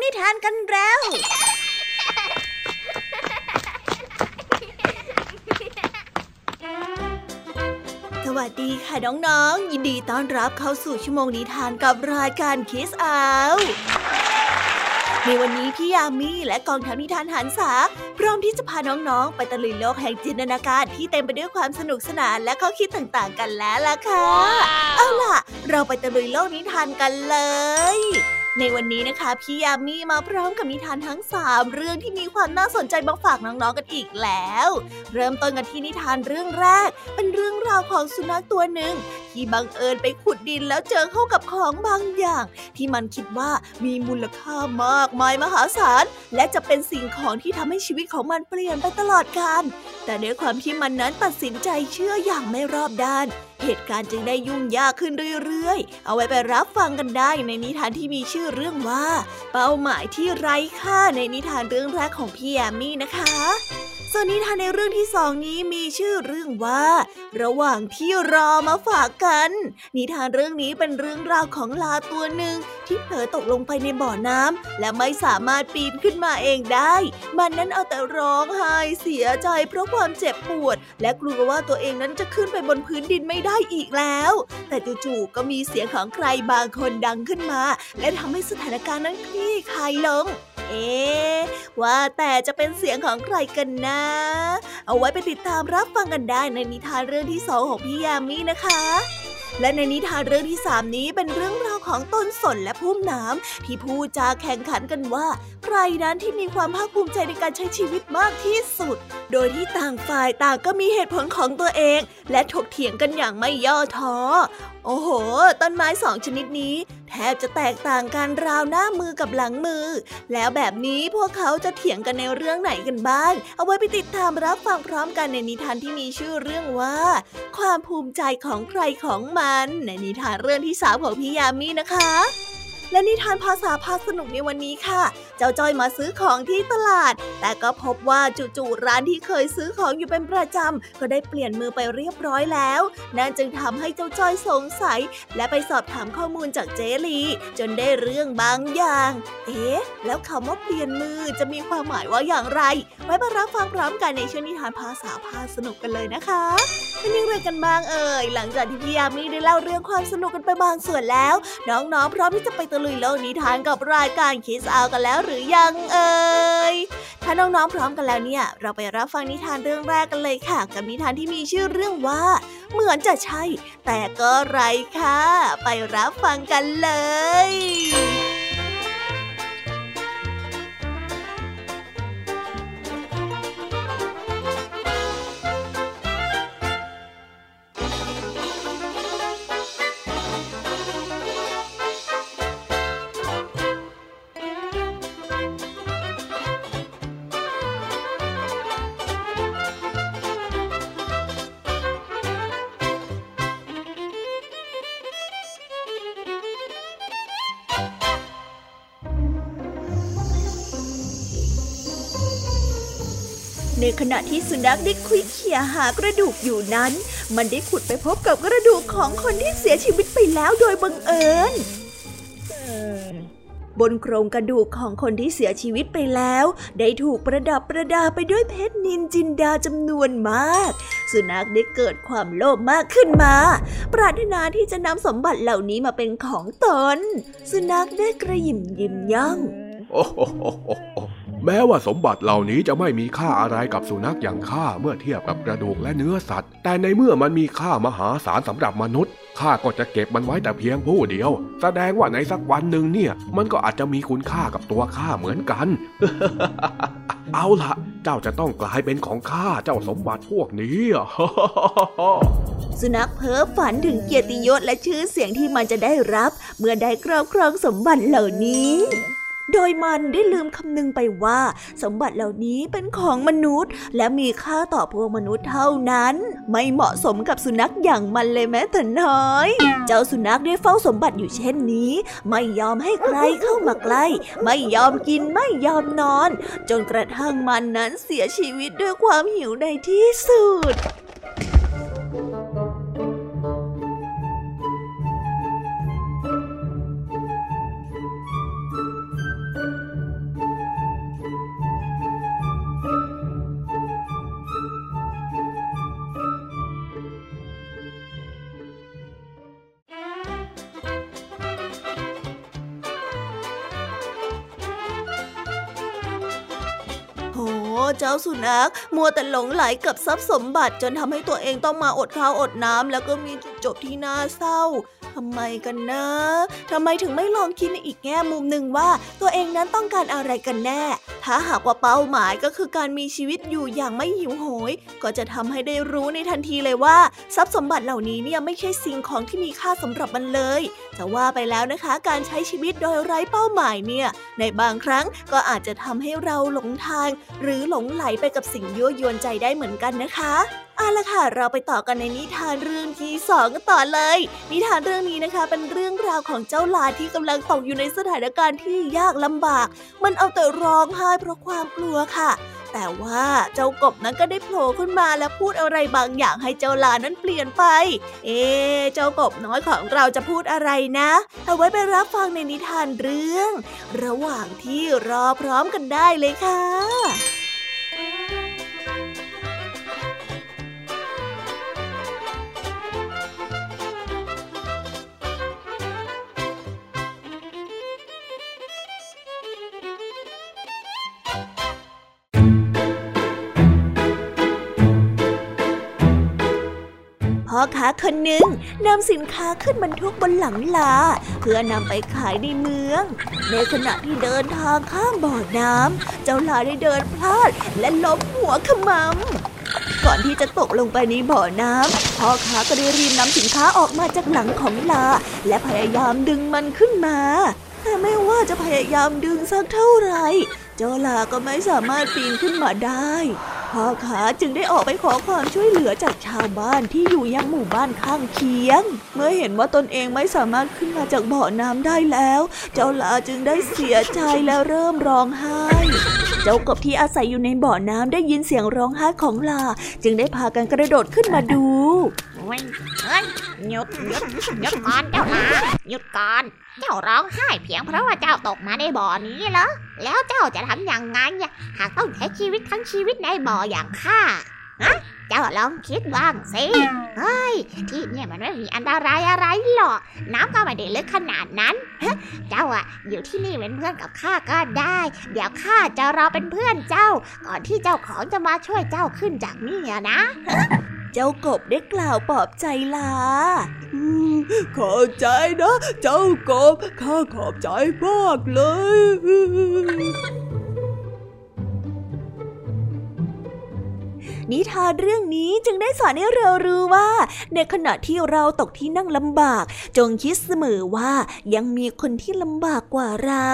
นิทานกันแล้วสวัสดีค่ะน้องๆยินดีต้อนรับเข้าสู่ชั่วโมงนิทานกับรายการ Kids Out ในวันนี้พี่ยามีและกองทัพนิทานหันษาพร้อมที่จะพาน้องๆไปตะลุยโลกแห่งจินตนาการที่เต็มไปด้วยความสนุกสนานและข้อคิดต่างๆกันแล้วล่ะค่ะเอาล่ะเราไปตะลุยโลกนิทานกันเลยในวันนี้นะคะพี่ยามีมาพร้อมกับนิทานทั้ง3เรื่องที่มีความน่าสนใจมาฝากน้องๆกันอีกแล้วเริ่มต้นกันที่นิทานเรื่องแรกเป็นเรื่องราวของสุนัขตัวหนึ่งที่บังเอิญไปขุดดินแล้วเจอเข้ากับของบางอย่างที่มันคิดว่ามีมูลค่ามากมายมหาศาลและจะเป็นสิ่งของที่ทำให้ชีวิตของมันเปลี่ยนไปตลอดกาลแต่ด้วยความที่มันนั้นตัดสินใจเชื่ออย่างไม่รอบด้านเหตุการณ์จึงได้ยุ่งยากขึ้นเรื่อยๆเอาไว้ไปรับฟังกันได้ในนิทานที่มีชื่อเรื่องว่าเป้าหมายที่ไร้ค่าในนิทานเรื่องแรกของพี่แอมมี่นะคะส่วนนิทานในเรื่องที่2นี้มีชื่อเรื่องว่าระหว่างที่รอมาฝากกันนิทานเรื่องนี้เป็นเรื่องราวของลาตัวหนึ่งที่เผลอตกลงไปในบ่อน้ำและไม่สามารถปีนขึ้นมาเองได้มันนั้นเอาแต่ร้องไห้เสียใจเพราะความเจ็บปวดและกลัวว่าตัวเองนั้นจะขึ้นไปบนพื้นดินไม่ได้อีกแล้วแต่จู่ๆก็มีเสียงของใครบางคนดังขึ้นมาและทำให้สถานการณ์นั้นคลี่คลายลงว่าแต่จะเป็นเสียงของใครกันนะเอาไว้ไปติดตามรับฟังกันได้ในนิทานเรื่องที่2ของพี่ยามีนะคะและในนิทานเรื่องที่3นี้เป็นเรื่องราวของต้นสนและพุ่มน้ำที่พูดจาแข่งขันกันว่าใครนั้นที่มีความภาคภูมิใจในการใช้ชีวิตมากที่สุดโดยที่ต่างฝ่ายต่างก็มีเหตุผลของตัวเองและถกเถียงกันอย่างไม่ย่อท้อโอ้โหต้นไม้2ชนิดนี้แทบจะแตกต่างกันราวหน้ามือกับหลังมือแล้วแบบนี้พวกเขาจะเถียงกันในเรื่องไหนกันบ้างเอาไว้ไปติดตามรับฟังพร้อมกันในนิทานที่มีชื่อเรื่องว่าความภูมิใจของใครของมันในนิทานเรื่องที่3ของพี่ยามีนะคะและนิทานภาษาพาสนุกในวันนี้ค่ะเจ้าจ้อยมาซื้อของที่ตลาดแต่ก็พบว่าจู่ๆร้านที่เคยซื้อของอยู่เป็นประจำก็ได้เปลี่ยนมือไปเรียบร้อยแล้วนั่นจึงทำให้เจ้าจ้อยสงสัยและไปสอบถามข้อมูลจากเจลีจนได้เรื่องบางอย่างแล้วคำว่าเปลี่ยนมือจะมีความหมายว่าอย่างไรไว้มารับฟังพร้อมกันในช่วงนิทานภาษาพาสนุกกันเลยนะคะเป็นยังไงกันบ้างหลังจากที่พี่ยามีได้เล่าเรื่องความสนุกกันไปบางส่วนแล้วน้องๆพร้อมที่จะไปตะลุยโลกนิทานกับรายการ Kids Out กันแล้วหรือยังถ้าน้องๆพร้อมกันแล้วเนี่ยเราไปรับฟังนิทานเรื่องแรกกันเลยค่ะกับนิทานที่มีชื่อเรื่องว่าเหมือนจะใช่แต่ก็ไร้ค่ะไปรับฟังกันเลยในขณะที่สุนัขได้คุยเขี่ยหากระดูกอยู่นั้นมันได้ขุดไปพบกับกระดูกของคนที่เสียชีวิตไปแล้วโดยบังเอิญบนโครงกระดูกของคนที่เสียชีวิตไปแล้วได้ถูกประดับประดาไปด้วยเพชรนิลจินดาจำนวนมากสุนัขได้เกิดความโลภมากขึ้นมาปรารถนาที่จะนำสมบัติเหล่านี้มาเป็นของตนสุนัขได้กระหยิ่มยิ้มย่องแม้ว่าสมบัติเหล่านี้จะไม่มีค่าอะไรกับสุนัขอย่างข้าเมื่อเทียบกับกระดูกและเนื้อสัตว์แต่ในเมื่อมันมีค่ามหาศาลสำหรับมนุษย์ข้าก็จะเก็บมันไว้แต่เพียงผู้เดียวแสดงว่าในสักวันหนึ่งเนี่ยมันก็อาจจะมีคุณค่ากับตัวข้าเหมือนกัน เอาล่ะเจ้าจะต้องกลายเป็นของข้าเจ้าสมบัติพวกนี้สุนัขเพ้อฝันถึงเกียรติยศและชื่อเสียงที่มันจะได้รับเมื่อได้ครอบครองสมบัติเหล่านี้โดยมันได้ลืมคำนึงไปว่าสมบัติเหล่านี้เป็นของมนุษย์และมีค่าต่อพวกมนุษย์เท่านั้นไม่เหมาะสมกับสุนัขอย่างมันเลยแม้แต่น้อยเจ้าสุนัขได้เฝ้าสมบัติอยู่เช่นนี้ไม่ยอมให้ใครเข้ามาใกล้ไม่ยอมกินไม่ยอมนอนจนกระทั่งมันนั้นเสียชีวิตด้วยความหิวในที่สุดเจ้าสุนัขมัวแต่หลงไหลกับทรัพย์สมบัติจนทำให้ตัวเองต้องมาอดข้าวอดน้ำแล้วก็มีจุดจบที่น่าเศร้าทำไมกันนะทำไมถึงไม่ลองคิดในอีกแง่มุมหนึ่งว่าตัวเองนั้นต้องการอะไรกันแน่ถ้าหากว่าเป้าหมายก็คือการมีชีวิตอยู่อย่างไม่หิวโหยก็จะทำให้ได้รู้ในทันทีเลยว่าทรัพย์สมบัติเหล่านี้เนี่ยไม่ใช่สิ่งของที่มีค่าสำหรับมันเลยจะว่าไปแล้วนะคะการใช้ชีวิตโดยไร้เป้าหมายเนี่ยในบางครั้งก็อาจจะทำให้เราหลงทางหรือหลงไหลไปกับสิ่งยั่วยวนใจได้เหมือนกันนะคะเอาล่ะค่ะเราไปต่อกันในนิทานเรื่องที่2กันต่อเลยนิทานเรื่องนี้นะคะเป็นเรื่องราวของเจ้าลาที่กำลังตกอยู่ในสถานการณ์ที่ยากลำบากมันเอาแต่ร้องไห้เพราะความกลัวค่ะแต่ว่าเจ้ากบนั้นก็ได้โผล่ขึ้นมาและพูดอะไรบางอย่างให้เจ้าลานั้นเปลี่ยนไปเจ้ากบน้อยของเราจะพูดอะไรนะเอาไว้ไปรับฟังในนิทานเรื่องระหว่างที่รอพร้อมกันได้เลยค่ะพ่อค้าคนหนึ่งนำสินค้าขึ้นบรรทุกบนหลังลาเพื่อนำไปขายในเมืองในขณะที่เดินทางข้ามบ่อน้ำเจ้าลาได้เดินพลาดและล้มหัวขมำก่อนที่จะตกลงไปในบ่อน้ำพ่อค้าก็ได้รีบนำสินค้าออกมาจากหลังของลาและพยายามดึงมันขึ้นมาแต่ไม่ว่าจะพยายามดึงสักเท่าไหร่เจ้าลาก็ไม่สามารถปีนขึ้นมาได้พ่อค้าจึงได้ออกไปขอความช่วยเหลือจากชาวบ้านที่อยู่ยังหมู่บ้านข้างเคียงเมื่อเห็นว่าตนเองไม่สามารถขึ้นมาจากบ่อน้ำได้แล้วเจ้าลาจึงได้เสียใจและเริ่มร้องไห้เจ้ากบที่อาศัยอยู่ในบ่อน้ำได้ยินเสียงร้องไห้ของลาจึงได้พากันกระโดดขึ้นมาดูเฮ้ยหยุดก่อนเจ้าลาหยุดก่อนเจ้าร้องไห้เพียงเพราะว่าเจ้าตกมาในบ่อนี้เหรอแล้วเจ้าจะทำอย่างไงหากต้องใช้ชีวิตทั้งชีวิตในบ่ออย่างข้าเจ้าลองคิดบ้างสิเฮ้ยที่เนี่ยมันไม่มีอันตรายอะไรหรอกน้ำก็ไม่ได้ลึกขนาดนั้นเจ้าอยู่ที่นี่เป็นเพื่อนกับข้าก็ได้เดี๋ยวข้าจะรอเป็นเพื่อนเจ้าก่อนที่เจ้าของจะมาช่วยเจ้าขึ้นจากนี่นะเจ้ากบได้กล่าวปลอบใจลาขอบใจนะเจ้ากบข้าขอบใจมากเลยนิทานเรื่องนี้จึงได้สอนให้เรารู้ว่าในขณะที่เราตกที่นั่งลำบากจงคิดเสมอว่ายังมีคนที่ลำบากกว่าเรา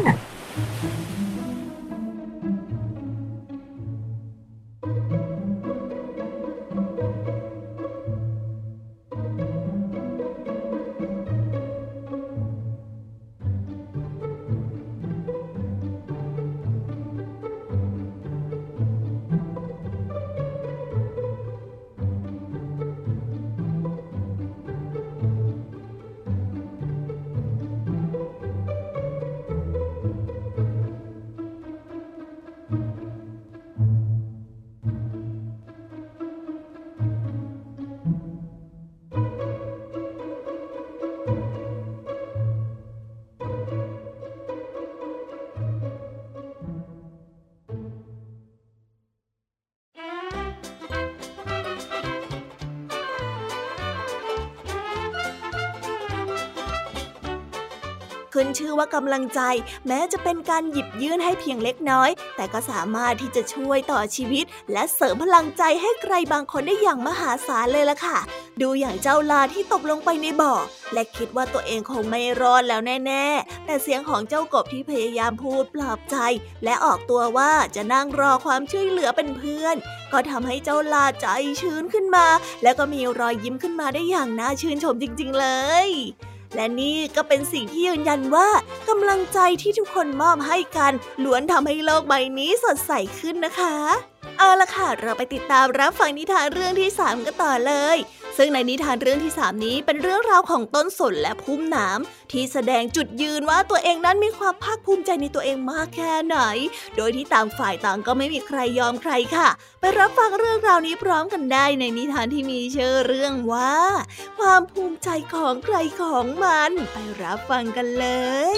ขึ้นชื่อว่ากำลังใจแม้จะเป็นการหยิบยื่นให้เพียงเล็กน้อยแต่ก็สามารถที่จะช่วยต่อชีวิตและเสริมพลังใจให้ใครบางคนได้อย่างมหาศาลเลยล่ะค่ะดูอย่างเจ้าลาที่ตกลงไปในบ่อและคิดว่าตัวเองคงไม่รอดแล้วแน่ๆแต่เสียงของเจ้ากบที่พยายามพูดปลอบใจและออกตัวว่าจะนั่งรอความช่วยเหลือเป็นเพื่อนก็ทำให้เจ้าลาใจชื้นขึ้นมาแล้วก็มีรอยยิ้มขึ้นมาได้อย่างน่าชื่นชมจริงๆเลยและนี่ก็เป็นสิ่งที่ยืนยันว่ากำลังใจที่ทุกคนมอบให้กันล้วนทำให้โลกใบนี้สดใสขึ้นนะคะเอาล่ะค่ะเราไปติดตามรับฟังนิทานเรื่องที่3กันต่อเลยซึ่งในนิทานเรื่องที่3นี้เป็นเรื่องราวของต้นสนและพุ่มหนามที่แสดงจุดยืนว่าตัวเองนั้นมีความภาคภูมิใจในตัวเองมากแค่ไหนโดยที่ต่างฝ่ายต่างก็ไม่มีใครยอมใครค่ะไปรับฟังเรื่องราวนี้พร้อมกันได้ในนิทานที่มีชื่อเรื่องว่าความภูมิใจของใครของมันไปรับฟังกันเลย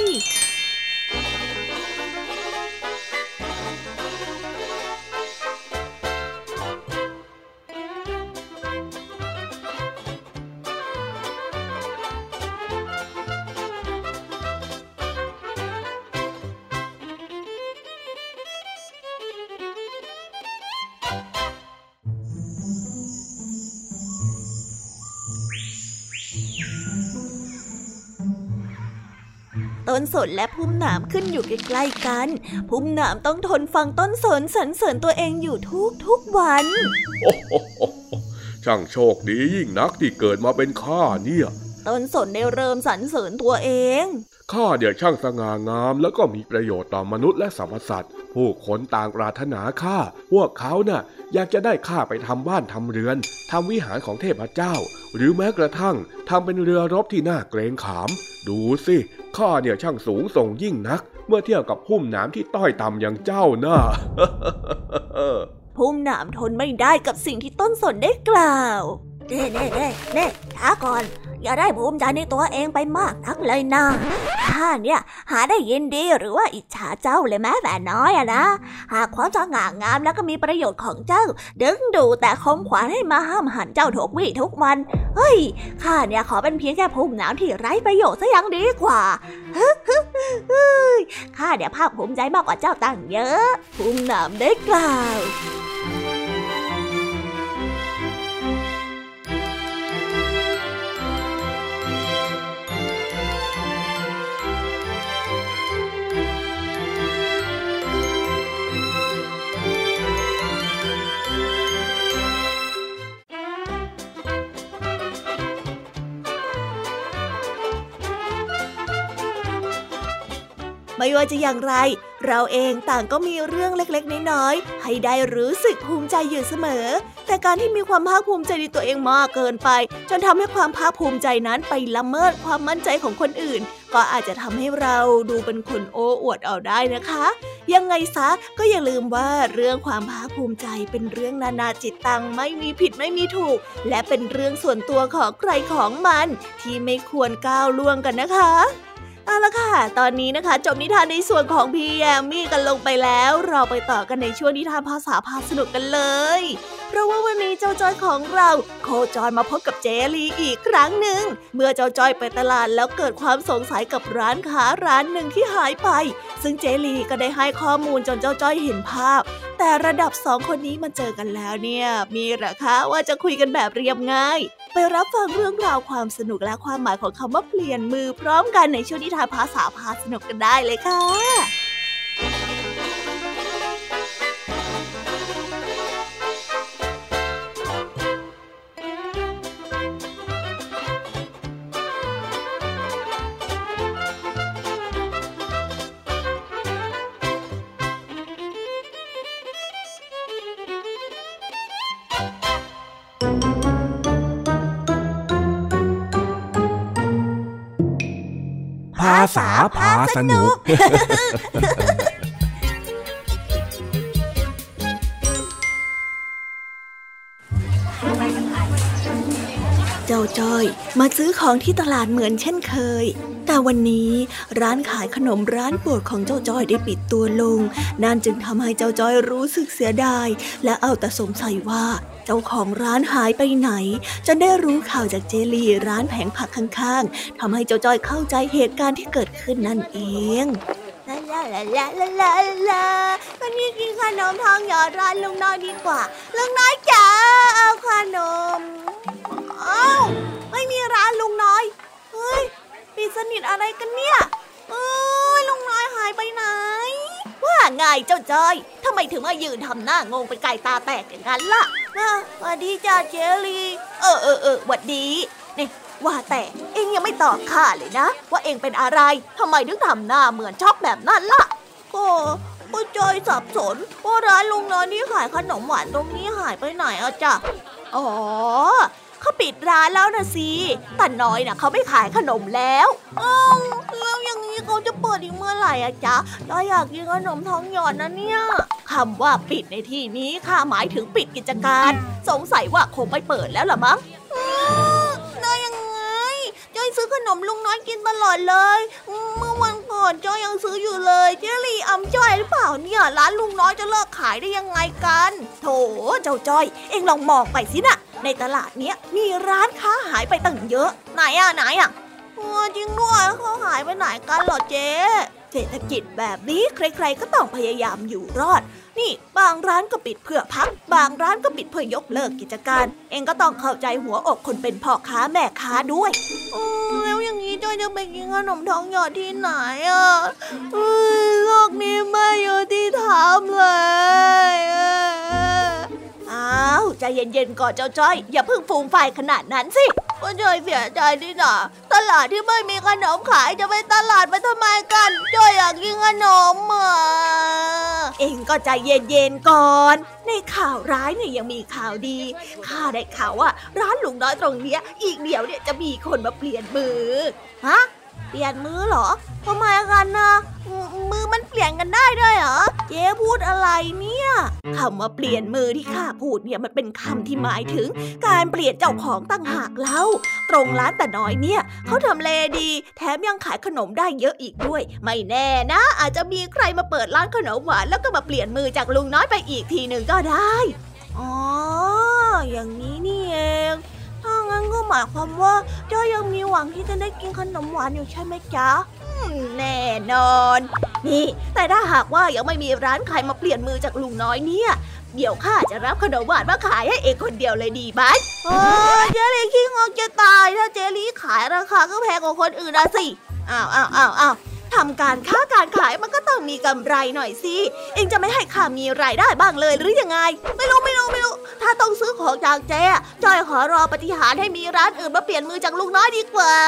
ต้นสนและพุ่มหนามขึ้นอยู่ใกล้ๆกันพุ่มหนามต้องทนฟังต้นสนสรรเสริญตัวเองอยู่ทุกวันโอ้โหช่างโชคดียิ่งนักที่เกิดมาเป็นข้าเนี่ยต้นสนได้เริ่มสรรเสริญตัวเองข้าเดี๋ยวช่างสง่างามแล้วก็มีประโยชน์ต่อมนุษย์และสรรพสัตว์ผู้คนต่างปรารถนาข้าพวกเขาน่ะอยากจะได้ข้าไปทำบ้านทำเรือนทำวิหารของเทพเจ้าหรือแม้กระทั่งทำเป็นเรือรบที่น่าเกรงขามดูสิข้าเนี่ยช่างสูงส่งยิ่งนักเมื่อเทียบกับพุ่มหนามที่ต้อยต่ำอย่างเจ้าน่ะพุ่มหนามทนไม่ได้กับสิ่งที่ต้นสนได้กล่าวเน่ช้าก่อนอย่าได้ภูมิใจในตัวเองไปมากนักเลยนะข้าเนี่ยหาได้ยินดีหรือว่าอิจฉาเจ้าเลยแม้แต่น้อยอะนะหากความสง่างามแล้วก็มีประโยชน์ของเจ้าดึงดูแต่คมขวานให้มาห้ามหันเจ้าทุกวี่ทุกวันเฮ้ยข้าเนี่ยขอเป็นเพียงแค่พุ่มหนามที่ไร้ประโยชน์ซะยังดีกว่าข้าเนี่ยภาคภูมิใจมากกว่าเจ้าตั้งเยอะพุ่มหนามได้กล่าวไม่ว่าจะอย่างไรเราเองต่างก็มีเรื่องเล็กๆน้อยๆให้ได้รู้สึกภูมิใจอยู่เสมอแต่การที่มีความภาคภูมิใจในตัวเองมากเกินไปจนทำให้ความภาคภูมิใจนั้นไปละเมิดความมั่นใจของคนอื่นก็อาจจะทำให้เราดูเป็นคนโอ้อวดเอาได้นะคะยังไงซะก็อย่าลืมว่าเรื่องความภาคภูมิใจเป็นเรื่องนานาจิตตังไม่มีผิดไม่มีถูกและเป็นเรื่องส่วนตัวของใครของมันที่ไม่ควรก้าวล่วงกันนะคะเอาละค่ะตอนนี้นะคะจบนิทานในส่วนของพี่แยมมี่กันลงไปแล้วเราไปต่อกันในช่วงนิทานภาษาพาสนุกกันเลยเพราะว่าวันนี้เจ้าจ้อยของเราโคจรมาพบกับเจลีอีกครั้งหนึ่งเมื่อเจ้าจ้อยไปตลาดแล้วเกิดความสงสัยกับร้านค้าร้านหนึ่งที่หายไปซึ่งเจลีก็ได้ให้ข้อมูลจนเจ้าจ้อยเห็นภาพแต่ระดับ2คนนี้มาเจอกันแล้วเนี่ยมีหรอคะว่าจะคุยกันแบบเรียบง่ายไปรับฟังเรื่องราวความสนุกและความหมายของคำว่าเปลี่ยนมือพร้อมกันในช่วงนิทานภาษาพาสนุกกันได้เลยค่ะภาษาพาสนุกเจ้าจ้อยมาซื้อของที่ตลาดเหมือนเช่นเคยแต่วันนี้ร้านขายขนมร้านโปรดของเจ้าจ้อยได้ปิดตัวลงนั่นจึงทำให้เจ้าจ้อยรู้สึกเสียดายและเอาแต่สงสัยว่าเจ้าของร้านหายไปไหนจนได้รู้ข่าวจากเจลีร้านแผงผักข้างๆทำให้เจ้าจ้อยเข้าใจเหตุการณ์ที่เกิดขึ้นนั่นเองลาวันนี้กินขนมทองหยอดร้านลุงน้อยดีกว่าลุงน้อยจ๋าเอาขนมไม่มีร้านลุงน้อยเฮ้ยปิดสนิทอะไรกันเนี่ยลุงน้อยหายไปไหนว่าไงเจ้าจ้อยทำไมถึงมายืนทำหน้างงเป็นไก่ตาแตกอย่างนั้นล่ะสวัสดีจ้าเจลีหวัดดีนี่ว่าแต่เอ็งยังไม่ตอบข้าเลยนะว่าเอ็งเป็นอะไรทำไมถึงทำหน้าเหมือนช็อกแบบนั้นล่ะก็จอยสับสนว่าร้านลุงน้อยที่ขายขนมหวานตรงนี้หายไปไหนอ่ะจ๊ะอ๋อเขาปิดร้านแล้วนะสิแต่น้อยนะเขาไม่ขายขนมแล้วแล้วอย่างนี้เขาจะเปิดอีกเมื่อไหร่อะจ๊ะเราอยากกินขนมทองหยอดนะเนี่ยคำว่าปิดในที่นี้ข้าหมายถึงปิดกิจการสงสัยว่าคงไม่เปิดแล้วล่ะมั้งได้ยังไงจ้อยซื้อขนมลุงน้อยกินตลอดเลยเมื่อวันก่อนจ้อยยังซื้ออยู่เลยเจลีอำจ้อยหรือเปล่าเนี่ยร้านลุงน้อยจะเลิกขายได้ยังไงกันโถเจ้าจ้อยเอ็งลองมองไปสินะในตลาดเนี้ยมีร้านค้าหายไปตั้งเยอะไหนอ่ะจริงด้วยเขาหายไปไหนกันเหรอเจ๊รษฐกิจแบบนี้ใครๆก็ต้องพยายามอยู่รอดนี่บางร้านก็ปิดเพื่อพักบางร้านก็ปิดเพื่อยกเลิกกิจการเองก็ต้องเข้าใจหัวอกคนเป็นพ่อค้าแม่ค้าด้วยแล้วอย่างนี้จ้อยจะไปกินขนมทองหยอดที่ไหนโลกนี้ไม่ยุติธรรมเลยอ้าวใจเย็นๆก่อนเจ้าจ้อยอย่าเพิ่งฟูมไฟขนาดนั้นสิก็จ้อยเสียใจนี่นะตลาดที่ไม่มีขนมขายจะไปตลาดไปทำไมกันจ้อยอยากกินขนมเองก็ใจเย็นๆก่อนในข่าวร้ายเนี่ยยังมีข่าวดีข้าได้ข่าวว่าร้านลุงน้อยตรงเนี้ยอีกเดี๋ยวเนี่ยจะมีคนมาเปลี่ยนมือฮะเปลี่ยนมือเหรอทำไมกันนะมือมันเปลี่ยนกันได้ด้วยเหรอเจ๊พูดอะไรเนี่ยคำว่าเปลี่ยนมือที่ข้าพูดเนี่ยมันเป็นคำที่หมายถึงการเปลี่ยนเจ้าของต่างหากเล่าตรงร้านตาน้อยเนี่ยเขาทำเลดีแถมยังขายขนมได้เยอะอีกด้วยไม่แน่นะอาจจะมีใครมาเปิดร้านขนมหวานแล้วก็มาเปลี่ยนมือจากลุงน้อยไปอีกทีหนึ่งก็ได้อ๋ออย่างนี้นี่เองถ้างั้นก็หมายความว่าเจ้ายังมีหวังที่จะได้กินขนมหวานอยู่ใช่ไหมจ๊ะแน่นอนนี่แต่ถ้าหากว่ายังไม่มีร้านขายมาเปลี่ยนมือจากลุงน้อยเนี่ยเดี๋ยวข้าจะรับขนมหวานมาขายให้เองคนเดียวเลยดีไหมเจลี่ขี้งกจะตายถ้าเจลี่ขายราคาก็แพงกว่าคนอื่นนะสิอ้าวทำการค้าการขายมันก็ต้องมีกำไรหน่อยสิเองจะไม่ให้ข้ามีรายได้บ้างเลยหรือยังไงไม่รู้ถ้าต้องซื้อของจากเจ๊จอยขอรอปฏิหารย์ให้มีร้านอื่นมาเปลี่ยนมือจากลุงน้อยดีกว่า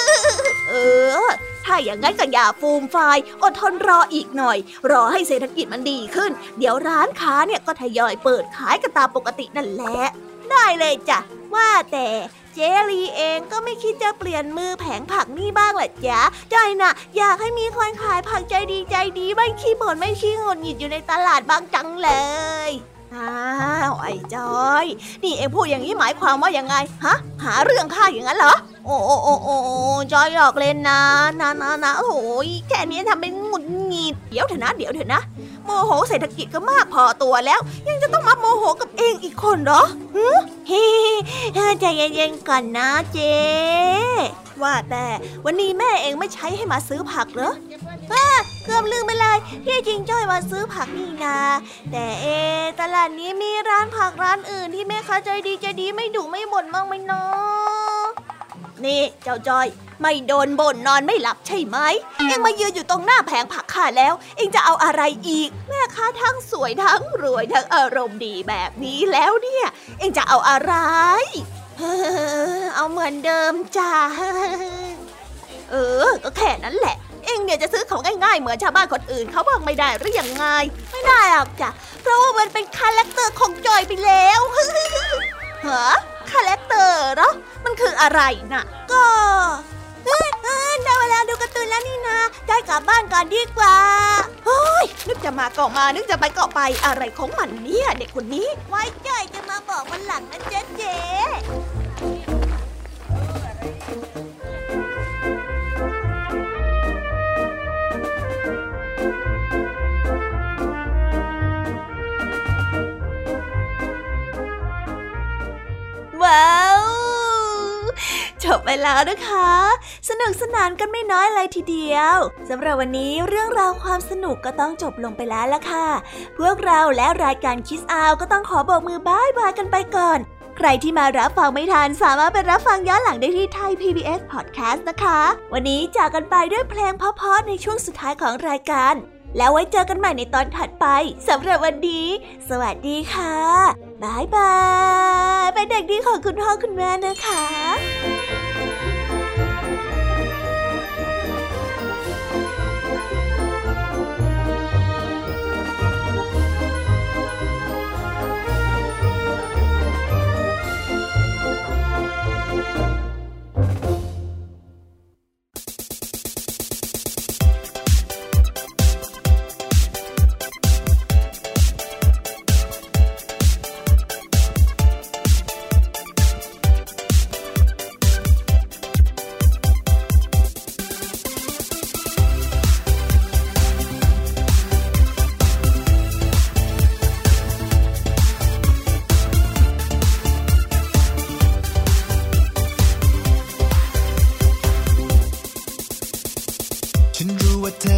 ถ้าอย่างงั้นก็อย่าฟูมไฟอดทนรออีกหน่อยรอให้เศรษฐกิจมันดีขึ้นเดี๋ยวร้านค้าเนี่ยก็ทยอยเปิดขายกันตามปกตินั่นแหละได้เลยจ้ะว่าแต่เจลีเองก็ไม่คิดจะเปลี่ยนมือแผงผักนี่บ้างเหรอจ๊ะจอยน่ะอยากให้มีคนขายผักใจดีไม่ขี้บ่นไม่ขี้หงุดหงิดอยู่ในตลาดบ้างจังเลยอ้าวไอ้จอยนี่เอ็งพูดอย่างนี้หมายความว่ายังไงฮะหาเรื่องข้าอย่างนั้นเหรอโอ้จอยหยอกเล่นนะโอ้ยแค่นี้ทำเป็นหงุดหงิดเดี๋ยวเถอะนะโมโหเศรษฐกิจก็มากพอตัวแล้วยังจะต้องมาโมโหกับเองอีกคนเหรอเฮ้ใจเย็นๆก่อนนะเจ๊ว่าแต่วันนี้แม่เองไม่ใช้ให้มาซื้อผักเหรอเกือบลืมไปเลยที่จริงจ้อยมาซื้อผักนี่นาแต่ตลาดนี้มีร้านผักร้านอื่นที่แม่ค้าใจดีไม่ดุไม่บ่นบ้างไหมเนาะนี่เจ้าจ้อยไม่โดนบ่นนอนไม่หลับใช่ไหมเอ็งมายืนอยู่ตรงหน้าแผงผักข้าแล้วเอ็งจะเอาอะไรอีกแม่ค้าทั้งสวยทั้งรวยทั้งอารมณ์ดีแบบนี้แล้วเนี่ยเอ็งจะเอาอะไรเอาเหมือนเดิมจ้าก็แค่นั้นแหละเอ็งเนี่ยจะซื้อของง่ายๆเหมือนชาวบ้านคนอื่นเขาบ้างไม่ได้หรือยังไงไม่ได้หรอกจ้ะเพราะว่ามันเป็นคาแรคเตอร์ของจอยไปแล้วฮะคาแรคเตอร์เหรอมันคืออะไรน่ะก็ได้เวลาดูการ์ตูนแล้วนี่นะได้กลับบ้านก่อนดีกว่าเฮ้ยนึกจะมาก็มานึกจะไปก็ไปอะไรของมันเนี่ยเด็กคนนี้ไว้ใจจะมาบอกวันหลังนะเจ๊ว้าวจบไปแล้วนะคะสนุกสนานกันไม่น้อยเลยทีเดียวสำหรับวันนี้เรื่องราวความสนุกก็ต้องจบลงไปแล้วล่ะค่ะพวกเราและรายการคิสอาวก็ต้องขอบอกมือบ๊ายบายกันไปก่อนใครที่มารับฟังไม่ทันสามารถไปรับฟังย้อนหลังได้ที่ไทย PBS Podcast นะคะวันนี้จากกันไปด้วยเพลงเพราะๆในช่วงสุดท้ายของรายการแล้วไว้เจอกันใหม่ในตอนถัดไปสำหรับวันนี้สวัสดีค่ะบ๊ายบายเป็นเด็กดีของคุณพ่อคุณแม่นะคะ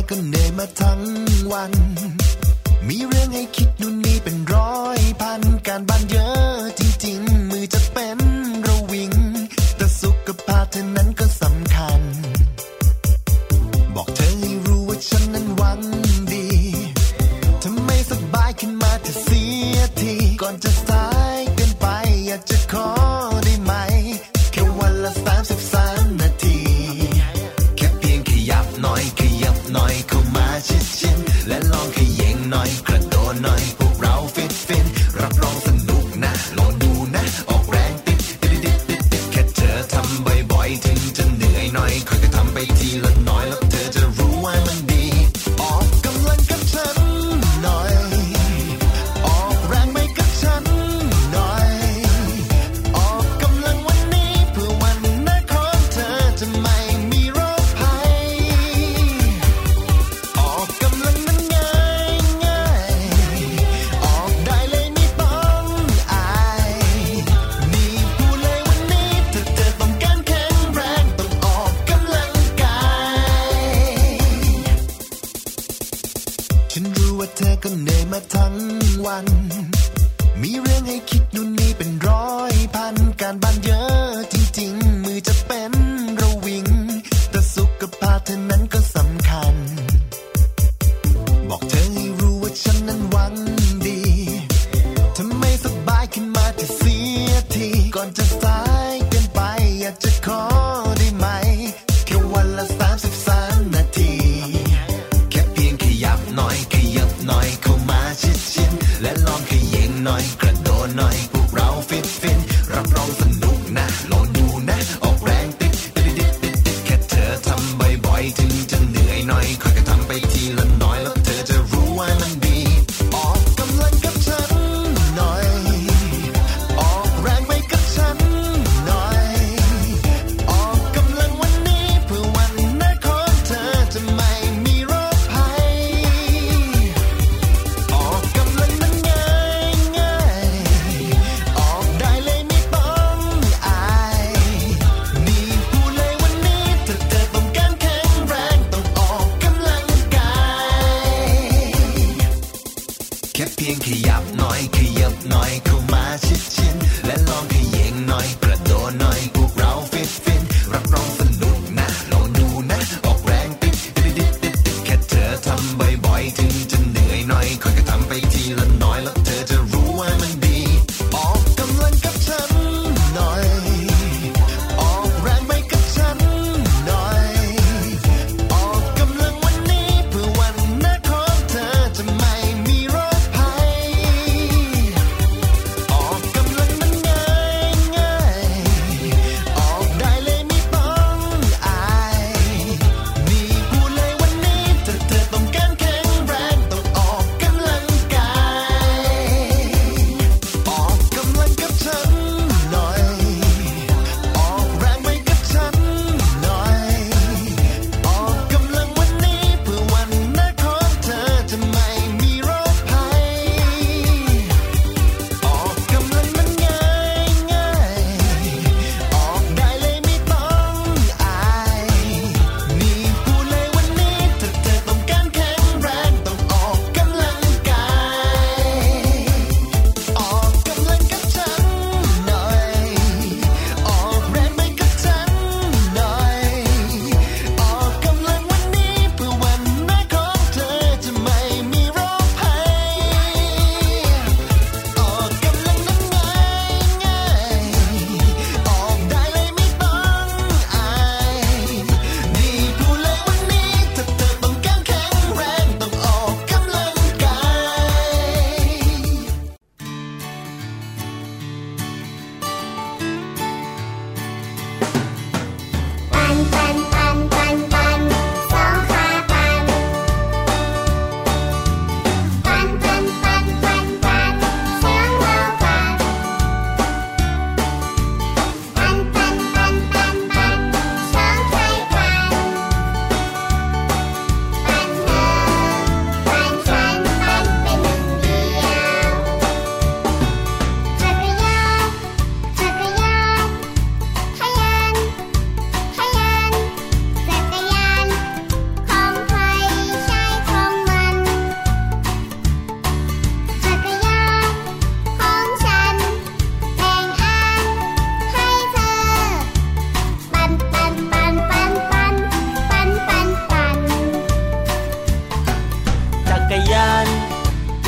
ก็เหนื่อยมาทั้งวันมีเรื่องให้คิดนู่นนี่เป็นร้อยพันการบ้านเยอะจริงๆมือจะเป็นระวิงแต่สุขภาพเธอนั้นก็สำคัญบอกเธอให้รู้ว่าฉันนั้นหวังดีถ้าไม่สบายขึ้นมาเธอเสียทีก่อนจะสายเกินไปอยากจะขอได้ไหมแค่วันละ33 นาทีแค่เพียงขยับหน่อยเข้ามาชิดๆและลองขย่งหน่อยกระโดดหน่อยพวกเราฟินรับรองสนุกนะลองดูนะออกแรงติดแค่เธอทำบ่อยๆถึงจะเหนื่อยหน่อยค่อยๆทำไปทีละน้อยแล้วเธอจะรู้ว่ามันดีออกกำลังกับฉันหน่อยออกแรงไปกับฉันหน่อยออกกำลังวันนี้เพื่อวันหน้าของเธอจะไม่มีโรคภัยออกกำลังนั้นง่ายออกได้เลยไม่ต้องอายนี่พูดเลยวันนี้ถ้าเธอต้องการแข็งแรงต้องออกกำลังกายฉันรู้ว่าเธอก็เหนื่อยมาทั้งวันมีเรื่องให้คิดนู่นนี่เป็นร้อยพันการบ้านเยอะจริงๆมือจะเป็นระวิงแต่สุขภาพเธอนั้นก็สำคัญบอกเธอให้รู้ว่าฉันนั้นหวังดีถ้าไม่สบายขึ้นมาเธอเสียทีก่อนจะสายเกินไปอยากจะขอได้ไหมแค่วันละ33 นาทีแค่เพียงขยับหน่อยเข้ามาชิดๆและลองขย่งหน่อยกระโดดหน่อยพวกเราฟินรับรองสนุกนะลองดูนะออกแรงติดแค่เธอทำบ่อยๆถึงจะเหนื่อยหน่อยค่อยๆทำไปทีละน้อยแล้วเธอจะรู้ว่ามันดีออกกำลังกับฉันหน่อยออกแรงไปกับฉันหน่อยออกกำลังวันนี้เพื่อวันหน้าของเธอจะไม่มีโรคภัยออกกำลังนั้นง่ายออกได้เลยไม่ต้องอายนี่พูดเลยวันนี้ถ้าเธอต้องการแข็งแรงต้องออกกำลังกายแค่เพียงขยับหน่อยเข้ามาชิดๆและลองขย่งหน่อยกระโดดหน่อยพวกเราฟินรับรองสนุกนะลองดูนะออกแรงติดแค่เธอทำบ่อยๆถึงจะเหนื่อยหน่อยค่อยๆทำไปทีละน้อยแล้วเธอจะรู้ว่ามันดีออกกำลังกับฉันหน่อยออกแรงไปกับฉันหน่อยออกกำลังวันนี้เพื่อวันหน้าของเธอจะไม่มีโรคภัยออกกำลังนั้นง่าย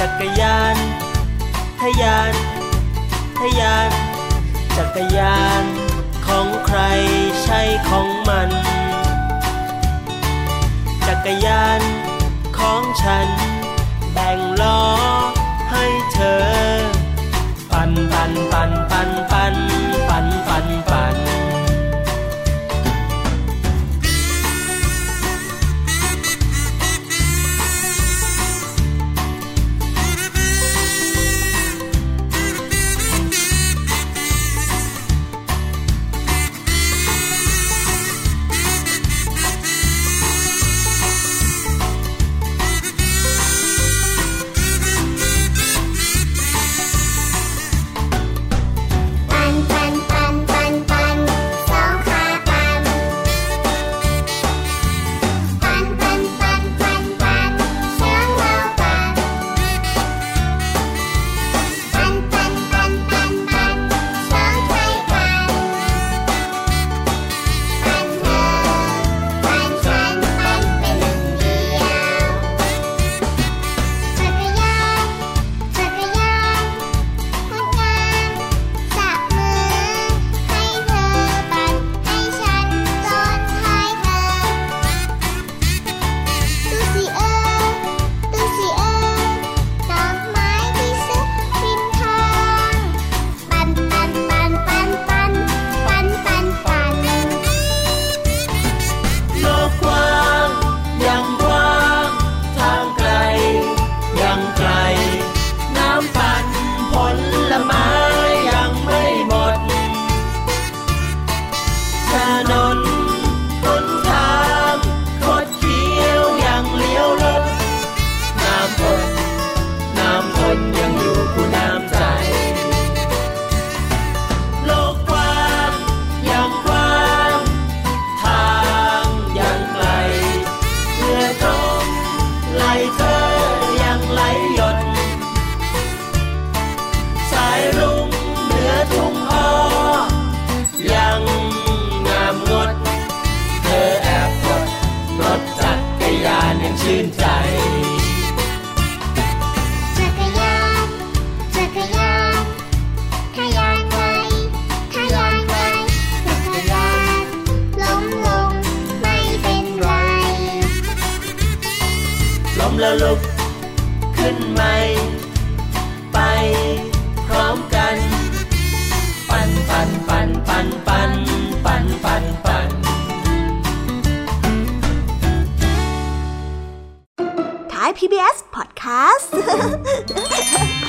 จักรยานทะยานทะยานจักรยานของใครใช่ของมันจักรยานของฉันแบ่งล้อให้เธอปั่นปั่นปั่นปั่นปั่นปั่นปั่นปั่นชื่นใจจักรยานจักรยานทะยานไกลทะยานไกลจักรยานล้มลงไม่เป็นไรล้มแล้วลุกขึ้นใหม่ไปพร้อมกันปั่นปั่นปั่นปั่นปั่นปั่นปั่นปั่น Thai PBS Podcast